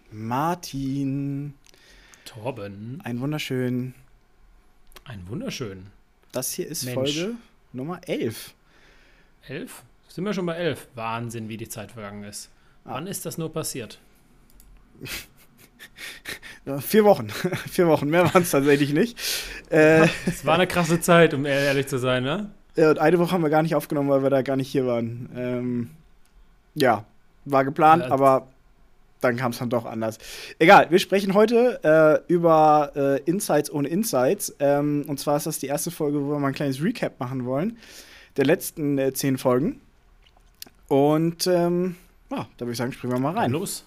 Martin. Torben. Ein wunderschön. Das hier ist Mensch. Folge Nummer 11. 11? Sind wir schon bei 11? Wahnsinn, wie die Zeit vergangen ist. Wann ist das nur passiert? 4 Wochen. 4 Wochen, mehr waren es tatsächlich nicht. Es war eine krasse Zeit, um ehrlich zu sein, ne? Ja, und eine Woche haben wir gar nicht aufgenommen, weil wir da gar nicht hier waren. Ja, war geplant, Ja. aber dann kam es dann doch anders. Egal, wir sprechen heute über Insights ohne Insights. Und zwar ist das die erste Folge, wo wir mal ein kleines Recap machen wollen der letzten 10 Folgen. Und da würde ich sagen, springen wir mal rein. Los.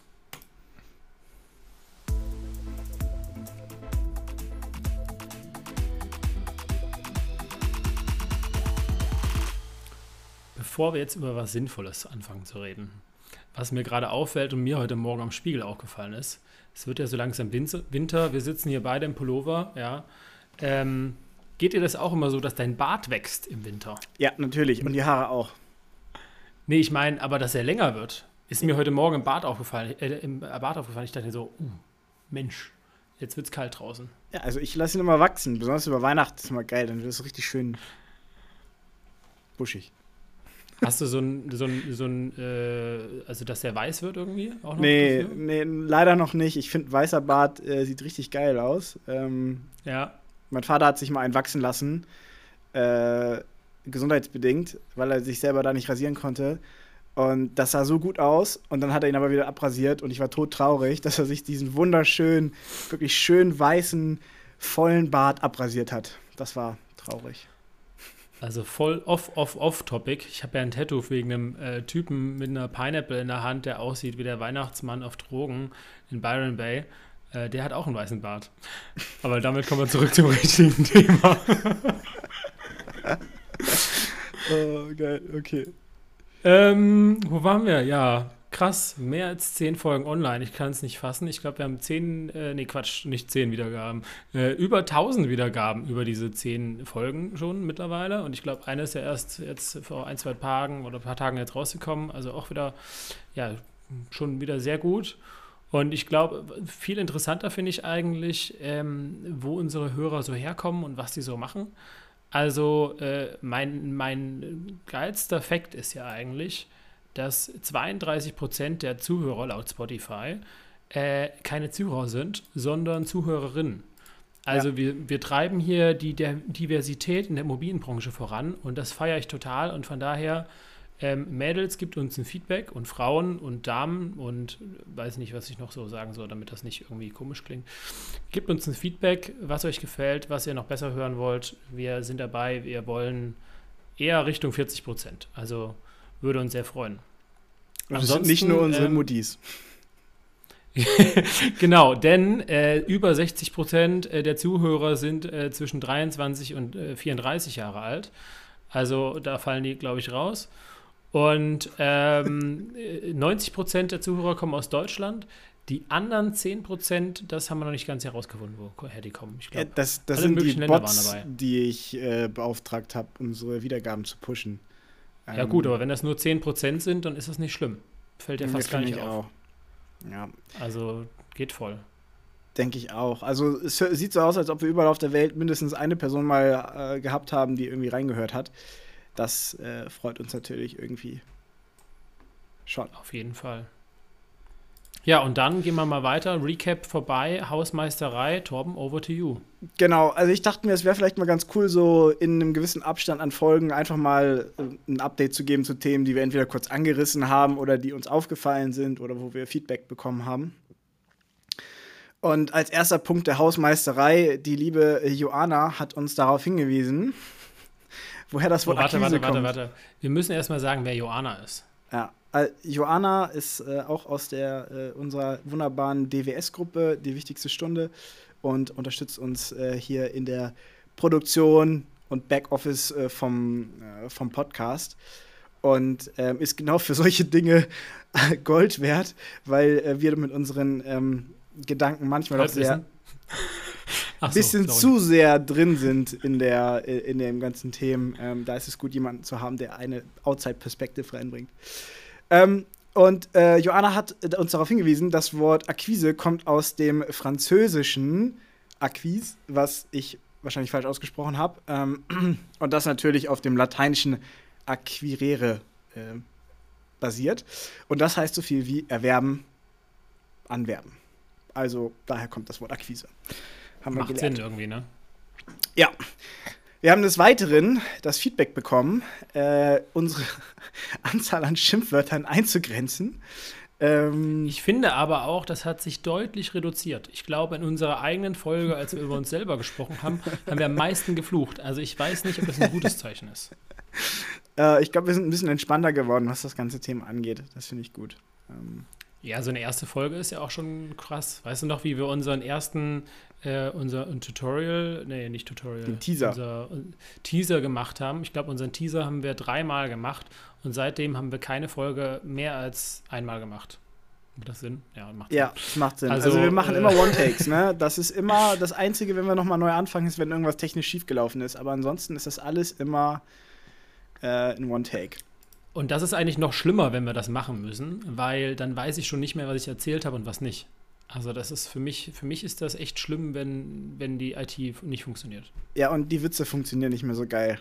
Bevor wir jetzt über was Sinnvolles anfangen zu reden, was mir gerade auffällt und mir heute Morgen am Spiegel aufgefallen ist, es wird ja so langsam Winter, wir sitzen hier beide im Pullover, ja. Geht dir das auch immer so, dass dein Bart wächst im Winter? Ja, natürlich. Und die Haare auch. Nee, ich meine, aber dass er länger wird, ist mir heute Morgen im Bad aufgefallen. Ich dachte so, Mensch, jetzt wird's kalt draußen. Ja, also ich lasse ihn immer wachsen. Besonders über Weihnachten ist immer geil. Dann wird es richtig schön buschig. Hast du also dass der weiß wird irgendwie? Auch noch Nee, dafür? nee, leider noch nicht. Ich finde, weißer Bart sieht richtig geil aus. Ja. Mein Vater hat sich mal einen wachsen lassen, gesundheitsbedingt, weil er sich selber da nicht rasieren konnte. Und das sah so gut aus. Und dann hat er ihn aber wieder abrasiert. Und ich war todtraurig, dass er sich diesen wunderschönen, wirklich schön weißen, vollen Bart abrasiert hat. Das war traurig. Also voll off-topic. Ich habe ja ein Tattoo wegen einem Typen mit einer Pineapple in der Hand, der aussieht wie der Weihnachtsmann auf Drogen in Byron Bay. Der hat auch einen weißen Bart. Aber damit kommen wir zurück zum richtigen Thema. Oh, geil, okay. Wo waren wir? Ja, krass. Mehr als 10 Folgen online. Ich kann es nicht fassen. Ich glaube, wir haben 10 Wiedergaben. Über 1000 Wiedergaben über diese 10 Folgen schon mittlerweile. Und ich glaube, eine ist ja erst jetzt vor 1-2 Tagen oder ein paar Tagen jetzt rausgekommen. Also auch wieder, ja, schon wieder sehr gut. Und ich glaube, viel interessanter finde ich eigentlich, wo unsere Hörer so herkommen und was die so machen. Also mein geilster Fakt ist ja eigentlich, dass 32% der Zuhörer laut Spotify keine Zuhörer sind, sondern Zuhörerinnen. Also wir treiben hier die Diversität in der Immobilienbranche voran und das feiere ich total und von daher Mädels, gibt uns ein Feedback und Frauen und Damen und weiß nicht, was ich noch so sagen soll, damit das nicht irgendwie komisch klingt. Gebt uns ein Feedback, was euch gefällt, was ihr noch besser hören wollt. Wir sind dabei, wir wollen eher Richtung 40%. Also würde uns sehr freuen. Das sind nicht nur unsere Muttis. Genau, denn über 60% der Zuhörer sind zwischen 23 und 34 Jahre alt. Also da fallen die, glaube ich, raus. Und 90% der Zuhörer kommen aus Deutschland. Die anderen 10%, das haben wir noch nicht ganz herausgefunden, woher die kommen. Ich glaube, Das alle sind die möglichen Länder Bots, waren dabei. die ich beauftragt habe, unsere Wiedergaben zu pushen. Ja gut, aber wenn das nur 10% sind, dann ist das nicht schlimm. Fällt ja fast gar nicht auf. Auch. Ja, Also geht voll. denke ich auch. Also es sieht so aus, als ob wir überall auf der Welt mindestens eine Person mal gehabt haben, die irgendwie reingehört hat. Das freut uns natürlich irgendwie schon. Auf jeden Fall. Ja, und dann gehen wir mal weiter. Recap vorbei, Hausmeisterei. Torben, over to you. Genau, also ich dachte mir, es wäre vielleicht mal ganz cool, so in einem gewissen Abstand an Folgen einfach mal ein Update zu geben zu Themen, die wir entweder kurz angerissen haben oder die uns aufgefallen sind oder wo wir Feedback bekommen haben. Und als erster Punkt der Hausmeisterei, die liebe Joanna hat uns darauf hingewiesen, woher das Wort Akquise kommt. Warte. Wir müssen erstmal sagen, wer Joanna ist. Ja, Joanna ist auch aus der unserer wunderbaren DWS-Gruppe, die wichtigste Stunde, und unterstützt uns hier in der Produktion und Backoffice vom Podcast. Und ist genau für solche Dinge Gold wert, weil wir mit unseren Gedanken manchmal doch sehr bisschen zu sehr drin sind in den ganzen Themen. Da ist es gut, jemanden zu haben, der eine Outside-Perspektive reinbringt. Und Joanna hat uns darauf hingewiesen, das Wort Akquise kommt aus dem französischen Acquise, was ich wahrscheinlich falsch ausgesprochen habe. Und das natürlich auf dem lateinischen acquirere basiert. Und das heißt so viel wie erwerben, anwerben. Also daher kommt das Wort Akquise. Haben wir Macht gelernt. Sinn irgendwie, ne? Ja. Wir haben des Weiteren das Feedback bekommen, unsere Anzahl an Schimpfwörtern einzugrenzen. Ich finde aber auch, das hat sich deutlich reduziert. Ich glaube, in unserer eigenen Folge, als wir über uns selber gesprochen haben, haben wir am meisten geflucht. Also ich weiß nicht, ob das ein gutes Zeichen ist. Ich glaube, wir sind ein bisschen entspannter geworden, was das ganze Thema angeht. Das finde ich gut. Ja, so eine erste Folge ist ja auch schon krass. Weißt du noch, wie wir unseren ersten, unser Tutorial, nee, nicht Tutorial, den Teaser. Unser Teaser gemacht haben? Ich glaube, unseren Teaser haben wir 3-mal gemacht und seitdem haben wir keine Folge mehr als einmal gemacht. Macht das Sinn? Ja, macht Sinn. Ja, das macht Sinn. Also wir machen immer One-Takes, ne? Das ist immer das Einzige, wenn wir nochmal neu anfangen, ist, wenn irgendwas technisch schiefgelaufen ist. Aber ansonsten ist das alles immer in One-Take. Und das ist eigentlich noch schlimmer, wenn wir das machen müssen, weil dann weiß ich schon nicht mehr, was ich erzählt habe und was nicht. Also das ist für mich ist das echt schlimm, wenn die IT nicht funktioniert. Ja, und die Witze funktionieren nicht mehr so geil.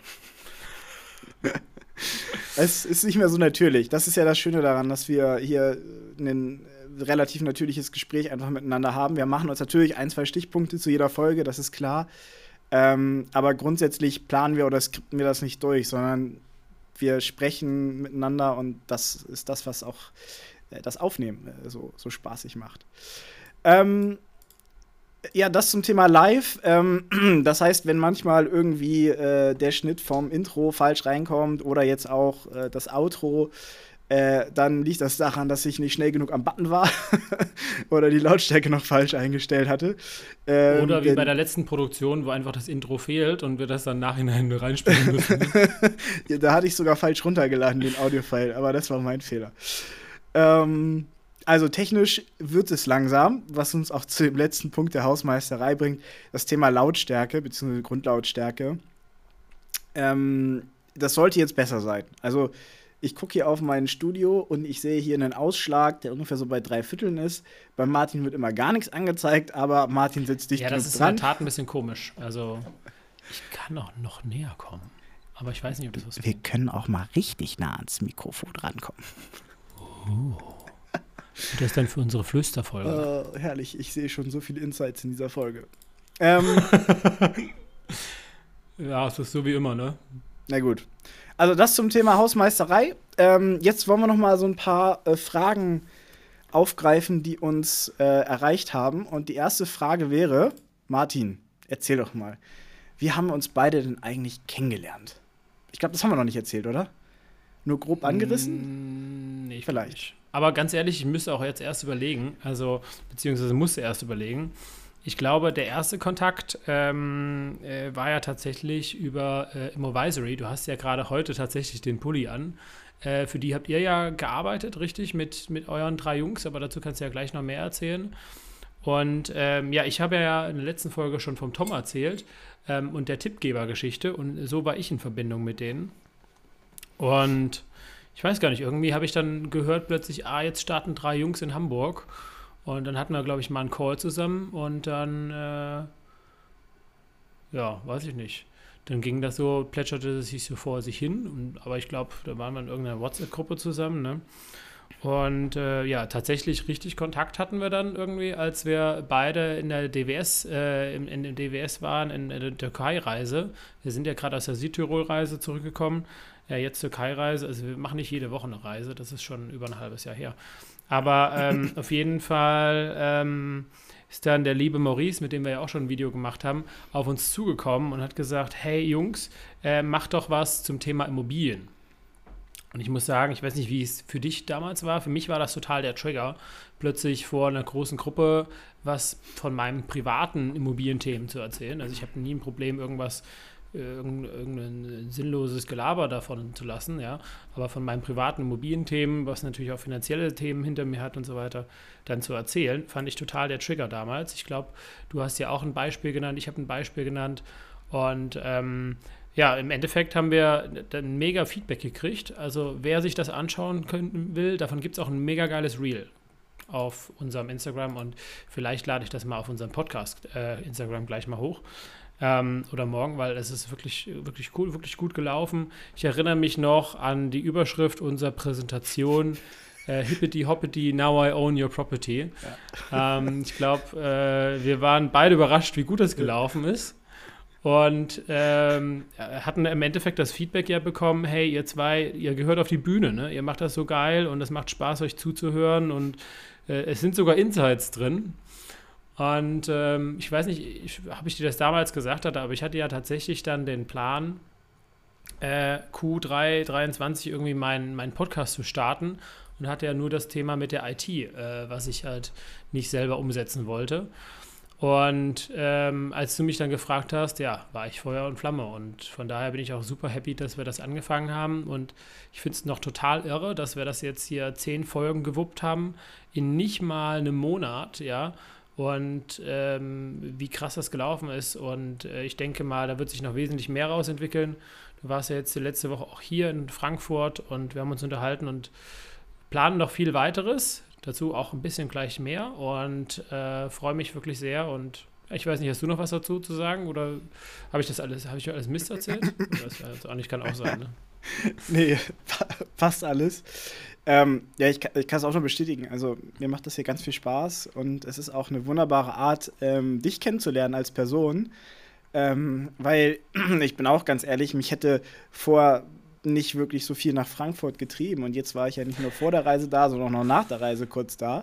Es ist nicht mehr so natürlich. Das ist ja das Schöne daran, dass wir hier ein relativ natürliches Gespräch einfach miteinander haben. Wir machen uns natürlich 1-2 Stichpunkte zu jeder Folge, das ist klar. Aber grundsätzlich planen wir oder skripten wir das nicht durch, sondern wir sprechen miteinander und das ist das, was auch das Aufnehmen so spaßig macht. Ja, das zum Thema Live. Das heißt, wenn manchmal irgendwie der Schnitt vom Intro falsch reinkommt oder jetzt auch das Outro, dann liegt das daran, dass ich nicht schnell genug am Button war oder die Lautstärke noch falsch eingestellt hatte. Oder wie bei der letzten Produktion, wo einfach das Intro fehlt und wir das dann nachhinein reinspielen müssen. Ja, da hatte ich sogar falsch runtergeladen, den Audiofile, aber das war mein Fehler. Also technisch wird es langsam, was uns auch zu dem letzten Punkt der Hausmeisterei bringt, das Thema Lautstärke bzw. Grundlautstärke. Das sollte jetzt besser sein. Also ich gucke hier auf mein Studio und ich sehe hier einen Ausschlag, der ungefähr so bei 3/4 ist. Bei Martin wird immer gar nichts angezeigt, aber Martin sitzt dicht genug dran. Ja, das ist dran. in der Tat ein bisschen komisch. Also ich kann auch noch näher kommen, aber ich weiß nicht, ob das was ist. Wir können auch mal richtig nah ans Mikrofon rankommen. Oh. Und das dann für unsere Flüsterfolge. Herrlich, ich sehe schon so viele Insights in dieser Folge. Ja, es ist so wie immer, ne? Na gut. Also das zum Thema Hausmeisterei. Jetzt wollen wir noch mal so ein paar Fragen aufgreifen, die uns erreicht haben. Und die erste Frage wäre, Martin, erzähl doch mal, wie haben wir uns beide denn eigentlich kennengelernt? Ich glaube, das haben wir noch nicht erzählt, oder? Nur grob angerissen? Nee, vielleicht. Nicht. Aber ganz ehrlich, ich müsste auch jetzt erst überlegen, also beziehungsweise musste erst überlegen. Ich glaube, der erste Kontakt war ja tatsächlich über Immovisory. Du hast ja gerade heute tatsächlich den Pulli an. Für die habt ihr ja gearbeitet, richtig, mit euren 3 Jungs, aber dazu kannst du ja gleich noch mehr erzählen. Und ja, ich habe ja in der letzten Folge schon vom Tom erzählt und der Tippgeber-Geschichte und so war ich in Verbindung mit denen. Und ich weiß gar nicht, irgendwie habe ich dann gehört plötzlich, jetzt starten 3 Jungs in Hamburg. Und dann hatten wir, glaube ich, mal einen Call zusammen und dann, ja, weiß ich nicht. Dann ging das so, plätscherte es sich so vor sich hin. Aber ich glaube, da waren wir in irgendeiner WhatsApp-Gruppe zusammen, ne? Und ja, tatsächlich richtig Kontakt hatten wir dann irgendwie, als wir beide in der DWS, in der DWS waren, in der Türkei-Reise. Wir sind ja gerade aus der Südtirol-Reise zurückgekommen. Ja, jetzt Türkei-Reise. Also wir machen nicht jede Woche eine Reise, das ist schon über ein halbes Jahr her. Aber auf jeden Fall ist dann der liebe Maurice, mit dem wir ja auch schon ein Video gemacht haben, auf uns zugekommen und hat gesagt, hey Jungs, macht doch was zum Thema Immobilien. Und ich muss sagen, ich weiß nicht, wie es für dich damals war. Für mich war das total der Trigger, plötzlich vor einer großen Gruppe was von meinen privaten Immobilienthemen zu erzählen. Also ich habe nie ein Problem, irgendein sinnloses Gelaber davon zu lassen, ja, aber von meinen privaten Immobilienthemen, was natürlich auch finanzielle Themen hinter mir hat und so weiter, dann zu erzählen, fand ich total der Trigger damals. Ich glaube, du hast ja auch ein Beispiel genannt, ich habe ein Beispiel genannt und Ja, im Endeffekt haben wir dann mega Feedback gekriegt. Also wer sich das anschauen will, davon gibt es auch ein mega geiles Reel auf unserem Instagram und vielleicht lade ich das mal auf unserem Podcast Instagram gleich mal hoch. Oder morgen, weil es ist wirklich, wirklich cool, wirklich gut gelaufen. Ich erinnere mich noch an die Überschrift unserer Präsentation Hippity Hoppity, now I own your property. Ja. Ich glaube, wir waren beide überrascht, wie gut das gelaufen ist. Und hatten im Endeffekt das Feedback ja bekommen, hey, ihr zwei, ihr gehört auf die Bühne, ne? Ihr macht das so geil und es macht Spaß, euch zuzuhören und es sind sogar Insights drin. Und ich weiß nicht, ob ich dir das damals gesagt hatte, aber ich hatte ja tatsächlich dann den Plan, Q3 23 irgendwie meinen Podcast zu starten und hatte ja nur das Thema mit der IT, was ich halt nicht selber umsetzen wollte. Und als du mich dann gefragt hast, ja, war ich Feuer und Flamme. Und von daher bin ich auch super happy, dass wir das angefangen haben. Und ich finde es noch total irre, dass wir das jetzt hier 10 Folgen gewuppt haben in nicht mal einem Monat, ja. Und wie krass das gelaufen ist. Und ich denke mal, da wird sich noch wesentlich mehr rausentwickeln. Du warst ja jetzt die letzte Woche auch hier in Frankfurt und wir haben uns unterhalten und planen noch viel weiteres. Dazu auch ein bisschen gleich mehr und freue mich wirklich sehr. Und ich weiß nicht, hast du noch was dazu zu sagen oder habe ich alles Mist erzählt? Das also eigentlich kann auch sein, ne? Nee, passt alles. Ja, ich kann es auch schon bestätigen. Also mir macht das hier ganz viel Spaß und es ist auch eine wunderbare Art, dich kennenzulernen als Person. Weil, ich bin auch ganz ehrlich, mich hätte vor nicht wirklich so viel nach Frankfurt getrieben und jetzt war ich ja nicht nur vor der Reise da, sondern auch noch nach der Reise kurz da.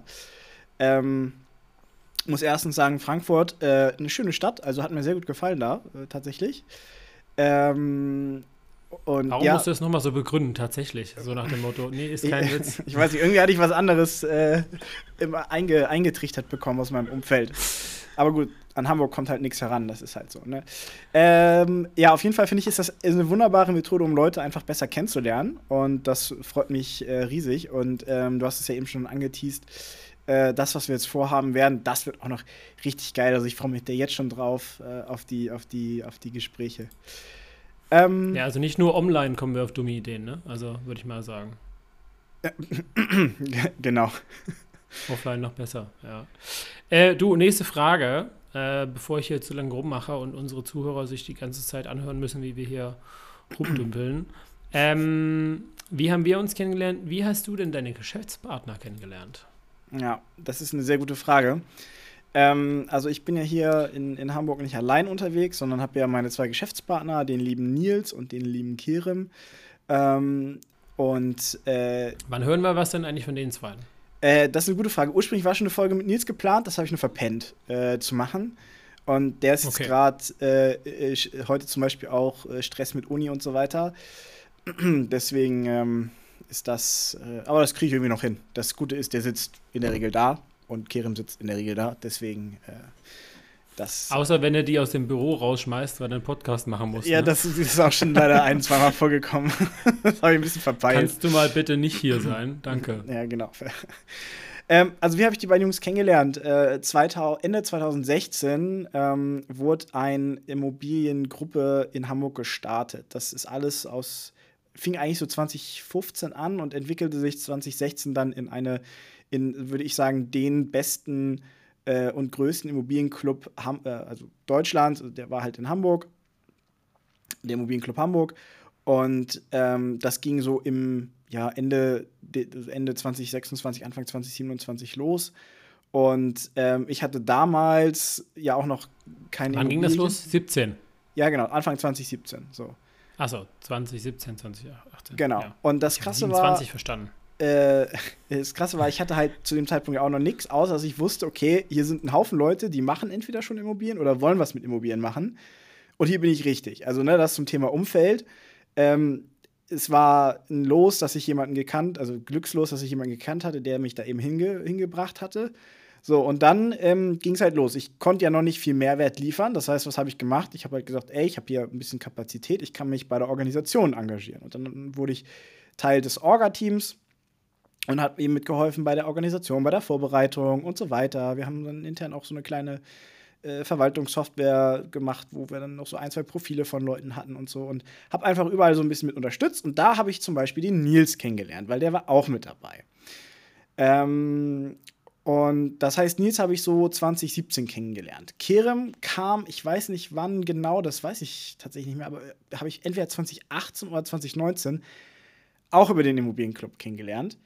Muss erstens sagen, Frankfurt, eine schöne Stadt, also hat mir sehr gut gefallen da, tatsächlich. Und Warum ja, musst du das nochmal so begründen, tatsächlich? So nach dem Motto, nee, ist kein Witz. Ich weiß nicht, irgendwie hatte ich was anderes immer eingetrichtert bekommen aus meinem Umfeld. Aber gut, an Hamburg kommt halt nichts heran, das ist halt so, ne? Ja, auf jeden Fall finde ich, ist das eine wunderbare Methode, um Leute einfach besser kennenzulernen. Und das freut mich riesig. Und du hast es ja eben schon angeteast, das, was wir jetzt vorhaben werden, das wird auch noch richtig geil. Also ich freue mich da jetzt schon drauf, auf die Gespräche. Ja, also nicht nur online kommen wir auf dumme Ideen, ne? Also würde ich mal sagen. Genau. Offline noch besser, ja. Du, nächste Frage, bevor ich hier zu lange rummache und unsere Zuhörer sich die ganze Zeit anhören müssen, wie wir hier rumdümpeln. Wie haben wir uns kennengelernt? Wie hast du denn deine Geschäftspartner kennengelernt? Ja, das ist eine sehr gute Frage. Also ich bin ja hier in Hamburg nicht allein unterwegs, sondern habe ja meine 2 Geschäftspartner, den lieben Nils und den lieben Kerem. Wann hören wir was denn eigentlich von den 2? Das ist eine gute Frage. Ursprünglich war schon eine Folge mit Nils geplant, das habe ich nur verpennt zu machen. Und der ist jetzt gerade heute zum Beispiel auch Stress mit Uni und so weiter. Deswegen ist das, aber das kriege ich irgendwie noch hin. Das Gute ist, der sitzt in der Regel da und Kerem sitzt in der Regel da. Deswegen das. Außer wenn er die aus dem Büro rausschmeißt, weil er einen Podcast machen muss. Ja, ne? Das ist auch schon leider 1-2 Mal vorgekommen. Das habe ich ein bisschen verpeilt. Kannst du mal bitte nicht hier sein? Danke. Ja, genau. Also wie habe ich die beiden Jungs kennengelernt? Ende 2016 wurde eine Immobiliengruppe in Hamburg gestartet. Das ist alles fing eigentlich so 2015 an und entwickelte sich 2016 dann würde ich sagen, den besten und größten Immobilienclub also Deutschlands. Der war halt in Hamburg, der Immobilienclub Hamburg. Und das ging so im Ende 2026, Anfang 2027 los. Und ich hatte damals ja auch noch keine Wann ging das los? 17? Ja, genau, Anfang 2017. So. Achso, 2017, 2018. Genau. Ja. Und das Krasse war. 20 verstanden. Das Krasse war, ich hatte halt zu dem Zeitpunkt ja auch noch nichts, außer dass ich wusste, okay, hier sind ein Haufen Leute, die machen entweder schon Immobilien oder wollen was mit Immobilien machen. Und hier bin ich richtig. Also, ne, das zum Thema Umfeld. Es war ein Los, dass ich jemanden Glückslos, dass ich jemanden gekannt hatte, der mich da eben hingebracht hatte. So, und dann ging es halt los. Ich konnte ja noch nicht viel Mehrwert liefern. Das heißt, was habe ich gemacht? Ich habe halt gesagt, ich habe hier ein bisschen Kapazität, ich kann mich bei der Organisation engagieren. Und dann wurde ich Teil des Orga-Teams und habe eben mitgeholfen bei der Organisation, bei der Vorbereitung und so weiter. Wir haben dann intern auch so eine kleine Verwaltungssoftware gemacht, wo wir dann noch so 1, 2 Profile von Leuten hatten und so. Und habe einfach überall so ein bisschen mit unterstützt. Und da habe ich zum Beispiel den Nils kennengelernt, weil der war auch mit dabei. Und das heißt, Nils habe ich so 2017 kennengelernt. Kerem kam, ich weiß nicht wann genau, das weiß ich tatsächlich nicht mehr, aber habe ich entweder 2018 oder 2019 auch über den Immobilienclub kennengelernt.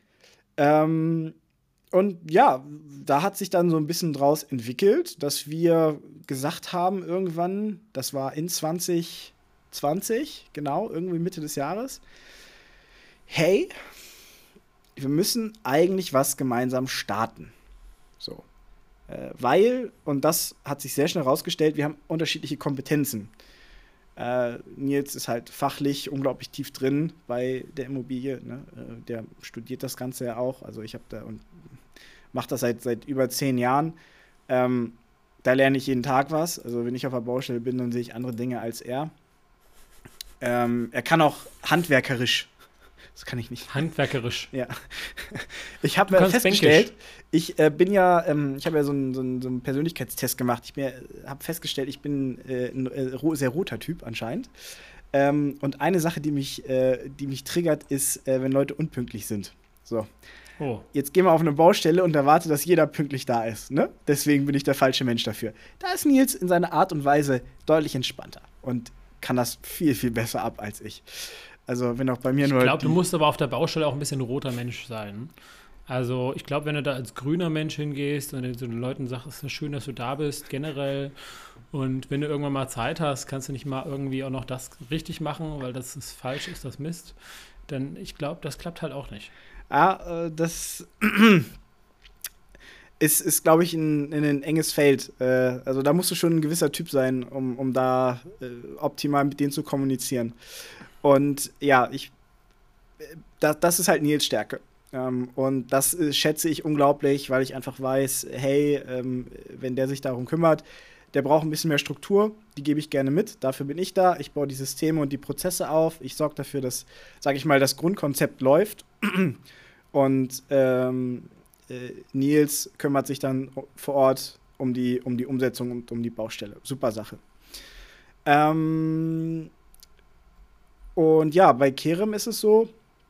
Und ja, da hat sich dann so ein bisschen draus entwickelt, dass wir gesagt haben, irgendwann, das war in 2020, genau, irgendwie Mitte des Jahres, hey, wir müssen eigentlich was gemeinsam starten. So. Weil, und das hat sich sehr schnell rausgestellt, wir haben unterschiedliche Kompetenzen. Nils ist halt fachlich unglaublich tief drin bei der Immobilie. Ne? Der studiert das Ganze ja auch. Also ich habe da und mache das seit über 10 Jahren. Da lerne ich jeden Tag was. Also wenn ich auf der Baustelle bin, dann sehe ich andere Dinge als er. Er kann auch handwerkerisch. Das kann ich nicht. Handwerkerisch. Ja. Ich habe mir festgestellt, ich habe ja so einen Persönlichkeitstest gemacht. Ich habe festgestellt, ich bin ein sehr roter Typ anscheinend. Und eine Sache, die mich triggert, ist, wenn Leute unpünktlich sind. So. Oh. Jetzt gehen wir auf eine Baustelle und erwarte, dass jeder pünktlich da ist. Ne? Deswegen bin ich der falsche Mensch dafür. Da ist Nils in seiner Art und Weise deutlich entspannter und kann das viel, viel besser ab als ich. Also, wenn auch bei mir nur. Ich glaube, du musst aber auf der Baustelle auch ein bisschen ein roter Mensch sein. Also, ich glaube, wenn du da als grüner Mensch hingehst und den Leuten sagst, es ist schön, dass du da bist, generell. Und wenn du irgendwann mal Zeit hast, kannst du nicht mal irgendwie auch noch das richtig machen, weil das ist falsch, ist das Mist. Denn ich glaube, das klappt halt auch nicht. Ja, das ist glaube ich, ein enges Feld. Also da musst du schon ein gewisser Typ sein, um da optimal mit denen zu kommunizieren. Und ja, das ist halt Nils Stärke. Und das schätze ich unglaublich, weil ich einfach weiß, hey, wenn der sich darum kümmert, der braucht ein bisschen mehr Struktur, die gebe ich gerne mit. Dafür bin ich da. Ich baue die Systeme und die Prozesse auf. Ich sorge dafür, dass, sage ich mal, das Grundkonzept läuft. Und Nils kümmert sich dann vor Ort um die Umsetzung und um die Baustelle. Super Sache. Und ja, bei Kerem ist es so,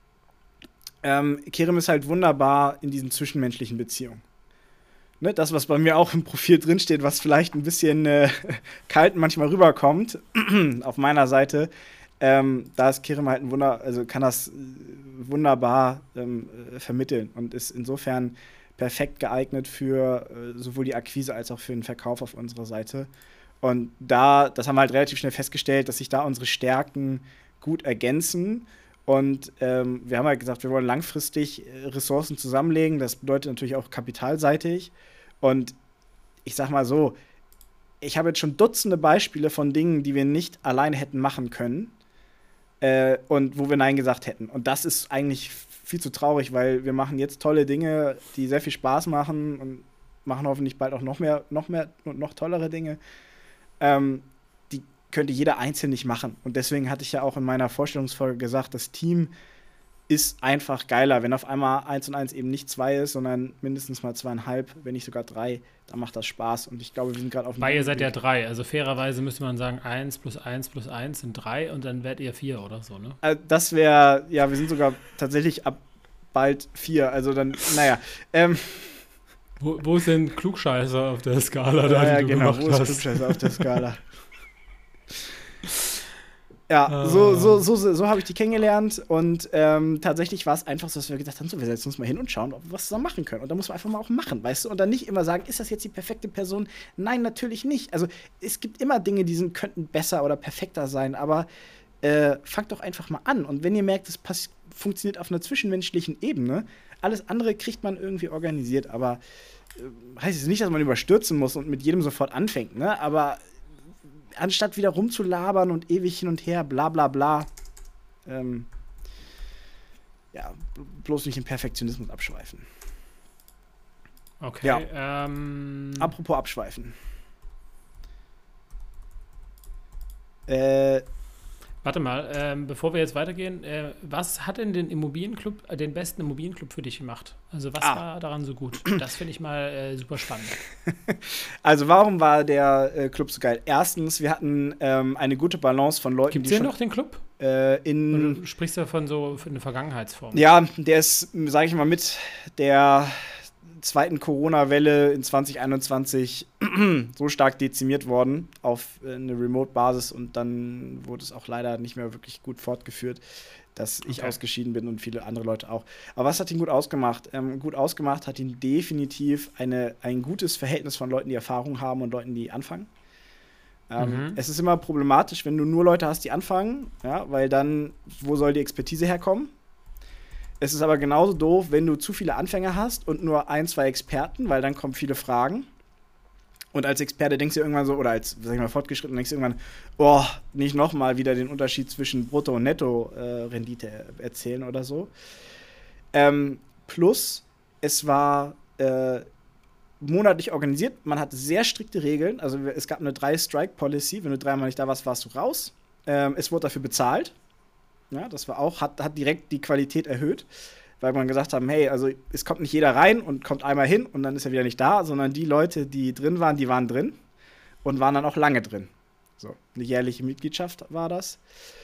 Kerem ist halt wunderbar in diesen zwischenmenschlichen Beziehungen. Ne, das, was bei mir auch im Profil drinsteht, was vielleicht ein bisschen kalt manchmal rüberkommt, auf meiner Seite, da ist Kerem halt kann das wunderbar vermitteln und ist insofern perfekt geeignet für sowohl die Akquise als auch für den Verkauf auf unserer Seite. Und das haben wir halt relativ schnell festgestellt, dass sich da unsere Stärken gut ergänzen. Und wir haben halt gesagt, wir wollen langfristig Ressourcen zusammenlegen. Das bedeutet natürlich auch kapitalseitig. Und ich sag mal so, ich habe jetzt schon Dutzende Beispiele von Dingen, die wir nicht alleine hätten machen können und wo wir Nein gesagt hätten. Und das ist eigentlich viel zu traurig, weil wir machen jetzt tolle Dinge, die sehr viel Spaß machen und machen hoffentlich bald auch noch mehr und noch tollere Dinge. Die könnte jeder einzeln nicht machen. Und deswegen hatte ich ja auch in meiner Vorstellungsfolge gesagt, das Team ist einfach geiler. Wenn auf einmal 1 und 1 eben nicht 2 ist, sondern mindestens mal 2,5, wenn nicht sogar 3, dann macht das Spaß. Und ich glaube, wir sind gerade auf dem Weil ihr seid ja 3. Also fairerweise müsste man sagen, 1 plus 1 plus 1 sind 3 und dann werdet ihr 4 oder so, ne? Das wäre, ja, wir sind sogar tatsächlich ab bald 4. Also dann, naja. Wo ist denn Klugscheißer auf der Skala da, die du genau, gemacht wo ist hast? Klugscheißer auf der Skala? Ja, so habe ich die kennengelernt und tatsächlich war es einfach so, dass wir gesagt haben, so, wir setzen uns mal hin und schauen, ob wir was zusammen machen können. Und da muss man einfach mal auch machen, weißt du? Und dann nicht immer sagen, ist das jetzt die perfekte Person? Nein, natürlich nicht. Also es gibt immer Dinge, die könnten besser oder perfekter sein, aber fangt doch einfach mal an. Und wenn ihr merkt, es funktioniert auf einer zwischenmenschlichen Ebene, alles andere kriegt man irgendwie organisiert, aber heißt es nicht, dass man überstürzen muss und mit jedem sofort anfängt, ne? Aber anstatt wieder rumzulabern und ewig hin und her, bla bla bla, ja, bloß nicht in Perfektionismus abschweifen. Okay. Ja. Apropos abschweifen. Warte mal, bevor wir jetzt weitergehen, was hat denn den besten Immobilienclub für dich gemacht? Also was war daran so gut? Das finde ich mal super spannend. Also warum war der Club so geil? Erstens, wir hatten eine gute Balance von Leuten, Gibt es denn noch den Club? Oder du sprichst ja von so eine Vergangenheitsform. Ja, der ist, sage ich mal, mit der zweiten Corona-Welle in 2021 so stark dezimiert worden auf eine Remote-Basis und dann wurde es auch leider nicht mehr wirklich gut fortgeführt, dass ich ausgeschieden bin und viele andere Leute auch. Aber was hat ihn gut ausgemacht? Gut ausgemacht hat ihn definitiv ein gutes Verhältnis von Leuten, die Erfahrung haben und Leuten, die anfangen. Es ist immer problematisch, wenn du nur Leute hast, die anfangen, ja, weil dann, wo soll die Expertise herkommen? Es ist aber genauso doof, wenn du zu viele Anfänger hast und nur 1, 2 Experten, weil dann kommen viele Fragen. Und als Experte denkst du irgendwann so, oder als, sag ich mal, Fortgeschritten denkst du irgendwann, oh, nicht nochmal wieder den Unterschied zwischen Brutto- und Netto-Rendite erzählen oder so. Plus, es war monatlich organisiert. Man hatte sehr strikte Regeln. Also es gab eine 3-Strike-Policy. Wenn du 3-mal nicht da warst, warst du raus. Es wurde dafür bezahlt. Ja, das war auch, hat direkt die Qualität erhöht, weil man gesagt haben, hey, also es kommt nicht jeder rein und kommt einmal hin und dann ist er wieder nicht da, sondern die Leute, die drin waren drin und waren dann auch lange drin. So, eine jährliche Mitgliedschaft war das.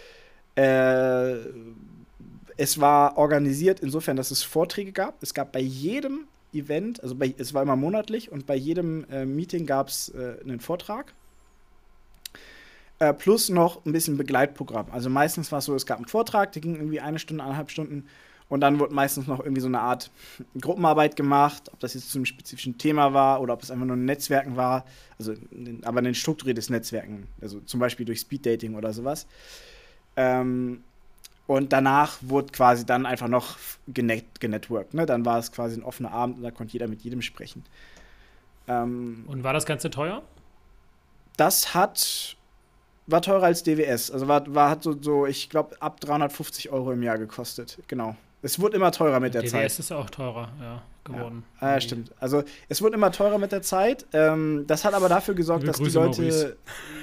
Es war organisiert insofern, dass es Vorträge gab. Es gab bei jedem Event, also es war immer monatlich und bei jedem Meeting gab es einen Vortrag. Plus noch ein bisschen Begleitprogramm. Also meistens war es so, es gab einen Vortrag, der ging irgendwie 1 Stunde, 1,5 Stunden und dann wurde meistens noch irgendwie so eine Art Gruppenarbeit gemacht, ob das jetzt zu einem spezifischen Thema war oder ob es einfach nur ein Netzwerken war, also aber ein strukturiertes Netzwerken, also zum Beispiel durch Speeddating oder sowas. Und danach wurde quasi dann einfach noch genetworked, ne? Dann war es quasi ein offener Abend und da konnte jeder mit jedem sprechen. Und war das Ganze teuer? Das war teurer als DWS. Also hat so ich glaube, ab 350 € im Jahr gekostet. Genau. Es wurde immer teurer mit der DWS Zeit. DWS ist auch teurer, geworden. Ja, stimmt. Also es wurde immer teurer mit der Zeit. Das hat aber dafür gesorgt, dass die Leute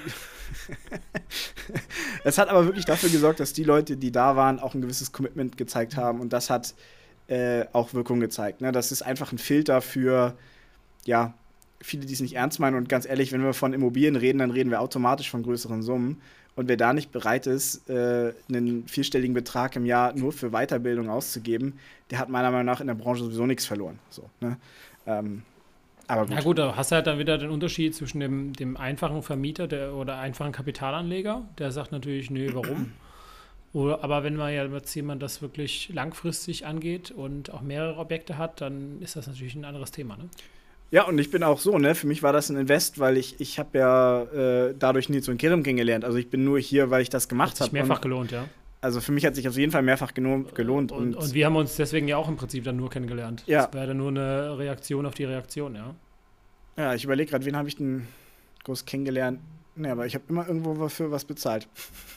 Es hat aber wirklich dafür gesorgt, dass die Leute, die da waren, auch ein gewisses Commitment gezeigt haben. Und das hat auch Wirkung gezeigt. Ne? Das ist einfach ein Filter für, ja, viele, die es nicht ernst meinen. Und ganz ehrlich, wenn wir von Immobilien reden, dann reden wir automatisch von größeren Summen. Und wer da nicht bereit ist, einen 4-stelligen Betrag im Jahr nur für Weiterbildung auszugeben, der hat meiner Meinung nach in der Branche sowieso nichts verloren. So, ne? Aber gut. Ja gut, da hast du halt dann wieder den Unterschied zwischen dem einfachen Vermieter oder einfachen Kapitalanleger, der sagt natürlich, nö, warum? Aber wenn man jetzt jemand das wirklich langfristig angeht und auch mehrere Objekte hat, dann ist das natürlich ein anderes Thema, ne? Ja, und ich bin auch so, ne? Für mich war das ein Invest, weil ich habe ja dadurch Nils und Kerem kennengelernt. Also ich bin nur hier, weil ich das gemacht habe. Hat sich mehrfach gelohnt, ja. Also für mich hat sich auf jeden Fall mehrfach gelohnt. Und wir haben uns deswegen ja auch im Prinzip dann nur kennengelernt. Ja. Das wäre dann nur eine Reaktion auf die Reaktion, ja. Ja, ich überlege gerade, wen habe ich denn groß kennengelernt? Ne, aber ich habe immer irgendwo für was bezahlt.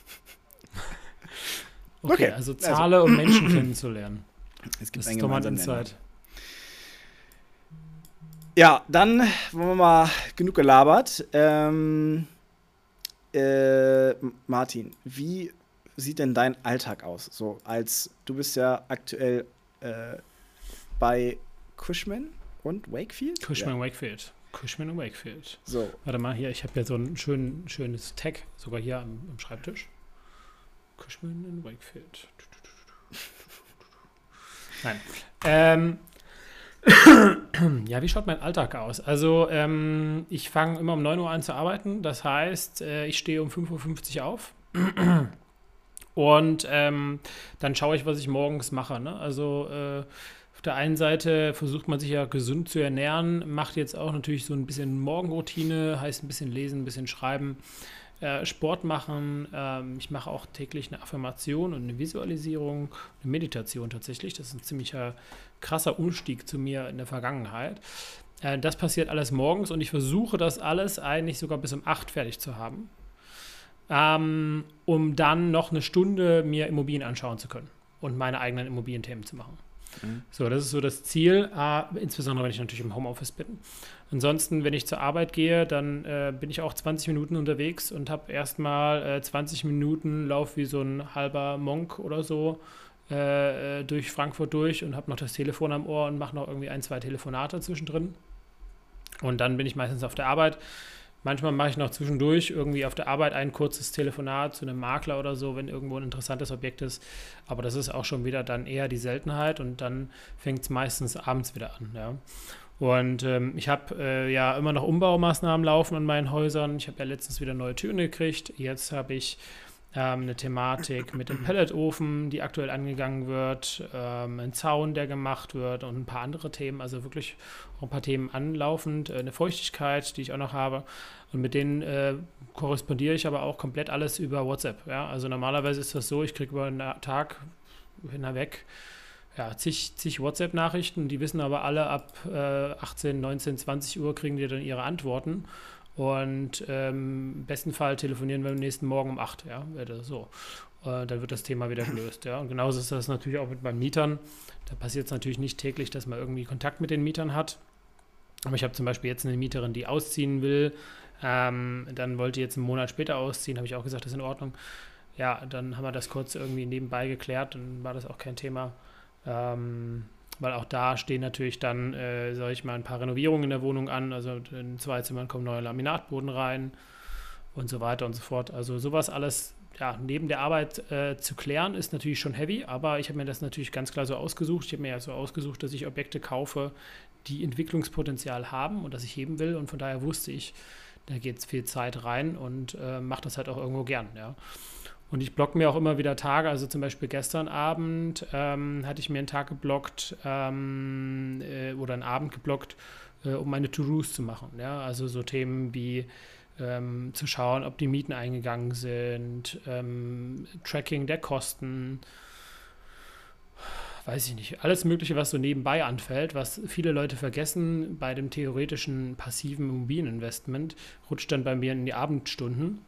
Okay, also zahle, um Menschen kennenzulernen. Es gibt das ist doch mal Insight. Ja, dann wollen wir mal genug gelabert. Martin, wie sieht denn dein Alltag aus? So, du bist ja aktuell bei Cushman und Wakefield? Cushman und Wakefield. So. Warte mal, hier, ich habe ja so ein schönes Tag, sogar hier am Schreibtisch. Cushman und Wakefield. Nein. Ja, wie schaut mein Alltag aus? Also, ich fange immer um 9 Uhr an zu arbeiten. Das heißt, ich stehe um 5:50 Uhr auf. Und dann schaue ich, was ich morgens mache. Ne? Also, auf der einen Seite versucht man sich ja gesund zu ernähren, macht jetzt auch natürlich so ein bisschen Morgenroutine, heißt ein bisschen lesen, ein bisschen schreiben, Sport machen. Ich mache auch täglich eine Affirmation und eine Visualisierung, eine Meditation tatsächlich. Das ist ein ziemlicher krasser Umstieg zu mir in der Vergangenheit. Das passiert alles morgens und ich versuche das alles eigentlich sogar bis um 8 fertig zu haben, um dann noch eine Stunde mir Immobilien anschauen zu können und meine eigenen Immobilienthemen zu machen. So, das ist so das Ziel, insbesondere wenn ich natürlich im Homeoffice bin. Ansonsten, wenn ich zur Arbeit gehe, dann bin ich auch 20 Minuten unterwegs und habe erstmal 20 Minuten Lauf wie so ein halber Monk oder so durch Frankfurt durch und habe noch das Telefon am Ohr und mache noch irgendwie 1, 2 Telefonate zwischendrin. Und dann bin ich meistens auf der Arbeit. Manchmal mache ich noch zwischendurch irgendwie auf der Arbeit ein kurzes Telefonat zu einem Makler oder so, wenn irgendwo ein interessantes Objekt ist. Aber das ist auch schon wieder dann eher die Seltenheit und dann fängt es meistens abends wieder an. Ja. Und ich habe ja immer noch Umbaumaßnahmen laufen an meinen Häusern. Ich habe ja letztens wieder neue Türen gekriegt. Jetzt habe ich eine Thematik mit dem Pelletofen, die aktuell angegangen wird, ein Zaun, der gemacht wird und ein paar andere Themen, also wirklich auch ein paar Themen anlaufend, eine Feuchtigkeit, die ich auch noch habe und mit denen korrespondiere ich aber auch komplett alles über WhatsApp. Ja? Also normalerweise ist das so, ich kriege über einen Tag hinweg zig WhatsApp-Nachrichten, die wissen aber alle ab 18, 19, 20 Uhr kriegen die dann ihre Antworten. Und im besten Fall telefonieren wir am nächsten Morgen um 8, ja, so. Dann wird das Thema wieder gelöst, ja. Und genauso ist das natürlich auch mit meinen Mietern. Da passiert es natürlich nicht täglich, dass man irgendwie Kontakt mit den Mietern hat. Aber ich habe zum Beispiel jetzt eine Mieterin, die ausziehen will. Dann wollte die jetzt einen Monat später ausziehen, habe ich auch gesagt, das ist in Ordnung. Ja, dann haben wir das kurz irgendwie nebenbei geklärt, dann war das auch kein Thema. Weil auch da stehen natürlich dann, sage ich mal, ein paar Renovierungen in der Wohnung an. Also in 2 Zimmern kommt neuer Laminatboden rein und so weiter und so fort. Also sowas alles neben der Arbeit zu klären, ist natürlich schon heavy, aber ich habe mir das natürlich ganz klar so ausgesucht. Ich habe mir ja so ausgesucht, dass ich Objekte kaufe, die Entwicklungspotenzial haben und das ich heben will. Und von daher wusste ich, da geht viel Zeit rein und mache das halt auch irgendwo gern, ja. Und ich blocke mir auch immer wieder Tage, also zum Beispiel gestern Abend hatte ich mir einen Tag geblockt oder einen Abend geblockt, um meine To-Dos zu machen. Ja? Also so Themen wie zu schauen, ob die Mieten eingegangen sind, Tracking der Kosten, weiß ich nicht, alles Mögliche, was so nebenbei anfällt, was viele Leute vergessen bei dem theoretischen passiven Immobilieninvestment, rutscht dann bei mir in die Abendstunden.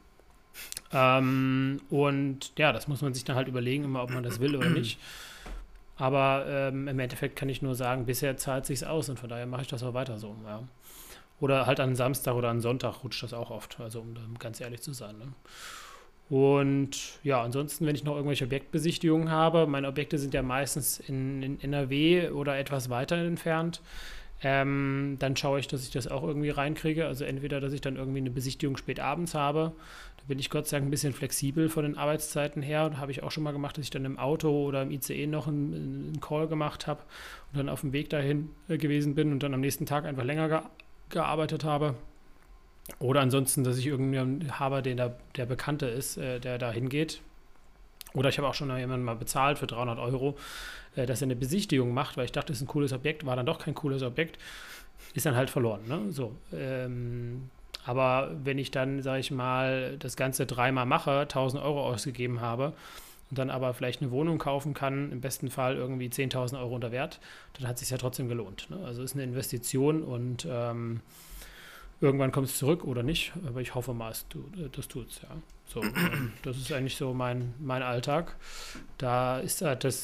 Und ja, das muss man sich dann halt überlegen, immer ob man das will oder nicht. Aber im Endeffekt kann ich nur sagen, bisher zahlt es sich aus und von daher mache ich das auch weiter so. Ja. Oder halt an Samstag oder an Sonntag rutscht das auch oft, also um ganz ehrlich zu sein. Ne? Und ja, ansonsten, wenn ich noch irgendwelche Objektbesichtigungen habe, meine Objekte sind ja meistens in NRW oder etwas weiter entfernt, dann schaue ich, dass ich das auch irgendwie reinkriege. Also entweder, dass ich dann irgendwie eine Besichtigung spät abends habe. Da bin ich Gott sei Dank ein bisschen flexibel von den Arbeitszeiten her. Habe ich auch schon mal gemacht, dass ich dann im Auto oder im ICE noch einen Call gemacht habe und dann auf dem Weg dahin gewesen bin und dann am nächsten Tag einfach länger gearbeitet habe. Oder ansonsten, dass ich irgendjemanden habe, der Bekannte ist, der da hingeht. Oder ich habe auch schon jemanden mal bezahlt für 300 €, dass er eine Besichtigung macht, weil ich dachte, das ist ein cooles Objekt, war dann doch kein cooles Objekt, ist dann halt verloren. Ne? So, aber wenn ich dann, sage ich mal, das Ganze 3-mal mache, 1.000 € ausgegeben habe und dann aber vielleicht eine Wohnung kaufen kann, im besten Fall irgendwie 10.000 € unter Wert, dann hat es sich ja trotzdem gelohnt. Ne? Also ist eine Investition und irgendwann kommt es zurück oder nicht, aber ich hoffe mal, das tut's, ja. So, das ist eigentlich so mein Alltag. Da ist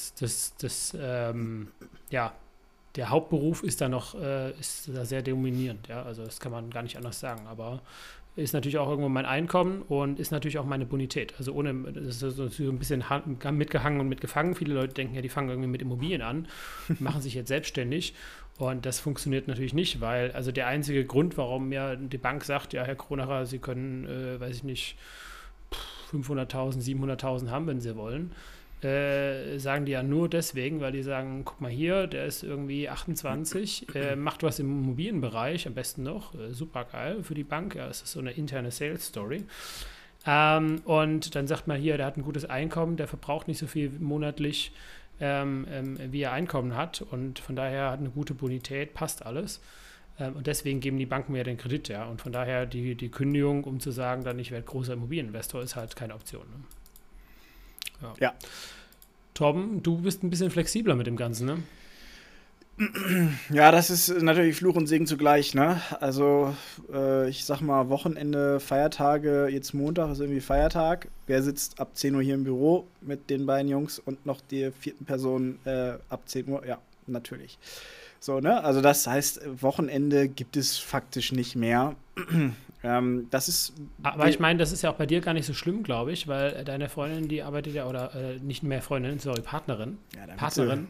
der Hauptberuf ist da noch ist da sehr dominierend, ja. Also das kann man gar nicht anders sagen, aber ist natürlich auch irgendwo mein Einkommen und ist natürlich auch meine Bonität. Also das ist so ein bisschen mitgehangen und mitgefangen. Viele Leute denken ja, die fangen irgendwie mit Immobilien an, machen sich jetzt selbstständig. Und das funktioniert natürlich nicht, weil also der einzige Grund, warum ja die Bank sagt, ja, Herr Kronacher, Sie können, weiß ich nicht, 500.000, 700.000 haben, wenn Sie wollen, sagen die ja nur deswegen, weil die sagen, guck mal hier, der ist irgendwie 28, macht was im Immobilienbereich, am besten noch, super geil für die Bank, ja, das ist so eine interne Sales-Story. Und dann sagt man hier, der hat ein gutes Einkommen, der verbraucht nicht so viel monatlich, wie er Einkommen hat und von daher hat eine gute Bonität, passt alles. Und deswegen geben die Banken mir den Kredit, ja. Und von daher die Kündigung, um zu sagen, dann ich werde großer Immobilieninvestor, ist halt keine Option. Ne? Ja. Torben, du bist ein bisschen flexibler mit dem Ganzen, ne? Ja, das ist natürlich Fluch und Segen zugleich, ne? Also, ich sag mal, Wochenende, Feiertage, jetzt Montag ist irgendwie Feiertag. Wer sitzt ab 10 Uhr hier im Büro mit den beiden Jungs und noch der 4. Person ab 10 Uhr? Ja, natürlich. So, ne? Also das heißt, Wochenende gibt es faktisch nicht mehr. Das ist. Aber ich meine, das ist ja auch bei dir gar nicht so schlimm, glaube ich, weil deine Freundin, die arbeitet ja, oder nicht mehr Freundin, sorry, Partnerin. Ja, Partnerin.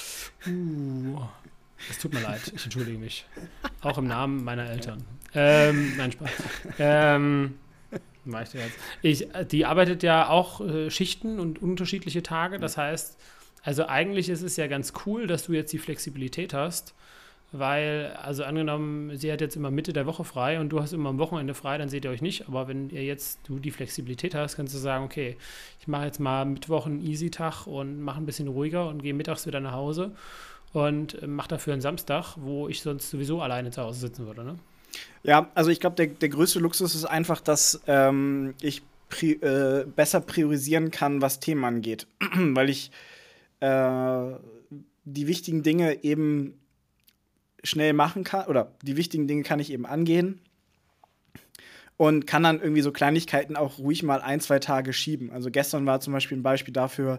Es tut mir leid, ich entschuldige mich. Auch im Namen meiner Eltern. Nein, Spaß. Mach ich dir jetzt. Die arbeitet ja auch Schichten und unterschiedliche Tage. Das heißt, also eigentlich ist es ja ganz cool, dass du jetzt die Flexibilität hast, weil, also angenommen, sie hat jetzt immer Mitte der Woche frei und du hast immer am Wochenende frei, dann seht ihr euch nicht. Aber wenn du die Flexibilität hast, kannst du sagen, okay, ich mache jetzt mal Mittwoch einen Easy-Tag und mache ein bisschen ruhiger und gehe mittags wieder nach Hause und mache dafür einen Samstag, wo ich sonst sowieso alleine zu Hause sitzen würde, ne? Ja, also ich glaube, der größte Luxus ist einfach, dass ich besser priorisieren kann, was Themen angeht. Weil ich die wichtigen Dinge eben schnell machen kann, oder die wichtigen Dinge kann ich eben angehen und kann dann irgendwie so Kleinigkeiten auch ruhig mal 1, 2 Tage schieben. Also gestern war zum Beispiel ein Beispiel dafür,